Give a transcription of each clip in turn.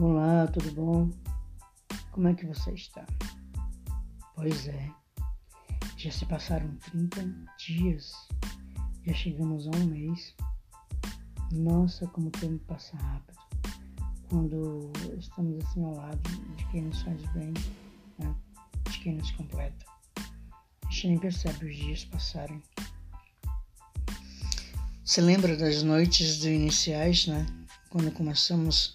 Olá, tudo bom? Como é que você está? Pois é, já se passaram 30 dias, já chegamos a um mês. Nossa, como o tempo passa rápido quando estamos assim ao lado de quem nos faz bem, né? De quem nos completa. A gente nem percebe os dias passarem. Você lembra das noites do iniciais, né? Quando começamos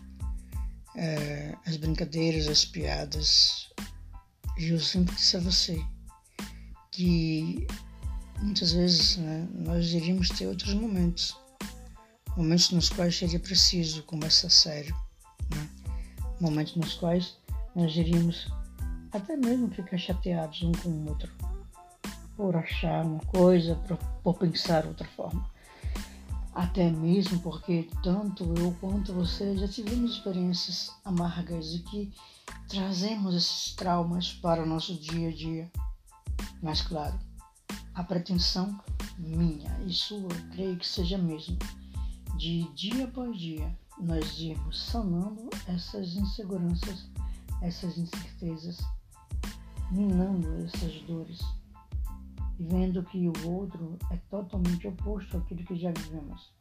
as brincadeiras, as piadas. E eu sempre disse a você que muitas vezes, né, nós iríamos ter outros momentos nos quais seria preciso conversar sério, né? Momentos nos quais nós iríamos até mesmo ficar chateados um com o outro por achar uma coisa, por pensar outra forma. Até mesmo porque tanto eu quanto você já tivemos experiências amargas e que trazemos esses traumas para o nosso dia a dia. Mas claro, a pretensão minha e sua, creio que seja mesmo, de dia após dia nós irmos sanando essas inseguranças, essas incertezas, minando essas dores e vendo que o outro é totalmente oposto àquilo que já vivemos.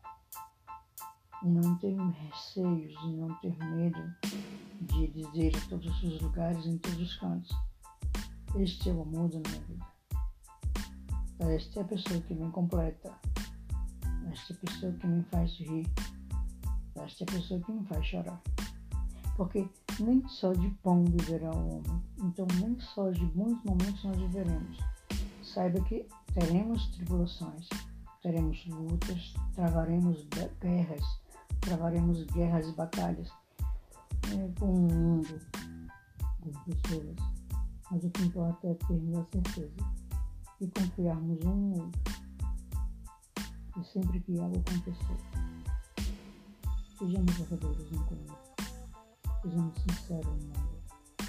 E não ter receios e não ter medo de dizer em todos os lugares, em todos os cantos: este é o amor da minha vida. Esta é a pessoa que me completa. Esta é a pessoa que me faz rir. Esta é a pessoa que me faz chorar. Porque nem só de pão viverá o homem. Então nem só de bons momentos nós viveremos. Saiba que teremos tribulações, teremos lutas, travaremos guerras e batalhas com o mundo, com pessoas. Mas o que importa é termos a certeza e confiarmos um no outro. E sempre que algo acontecer, sejamos verdadeiros um com o outro, sejamos sinceros um com o outro.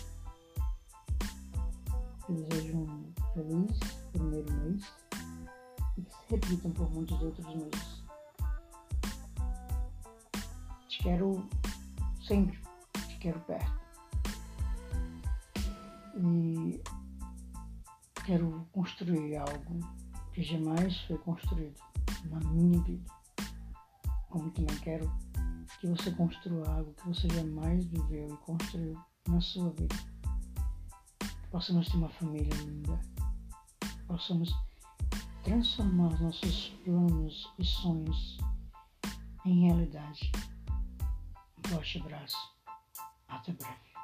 Eu desejo um feliz primeiro mês e que se repitam por muitos outros meses. Te quero sempre, te quero perto. E quero construir algo que jamais foi construído na minha vida. Como também quero que você construa algo que você jamais viveu e construiu na sua vida. Que possamos ter uma família linda. Que possamos transformar os nossos planos e sonhos em realidade. Um forte abraço. Até breve.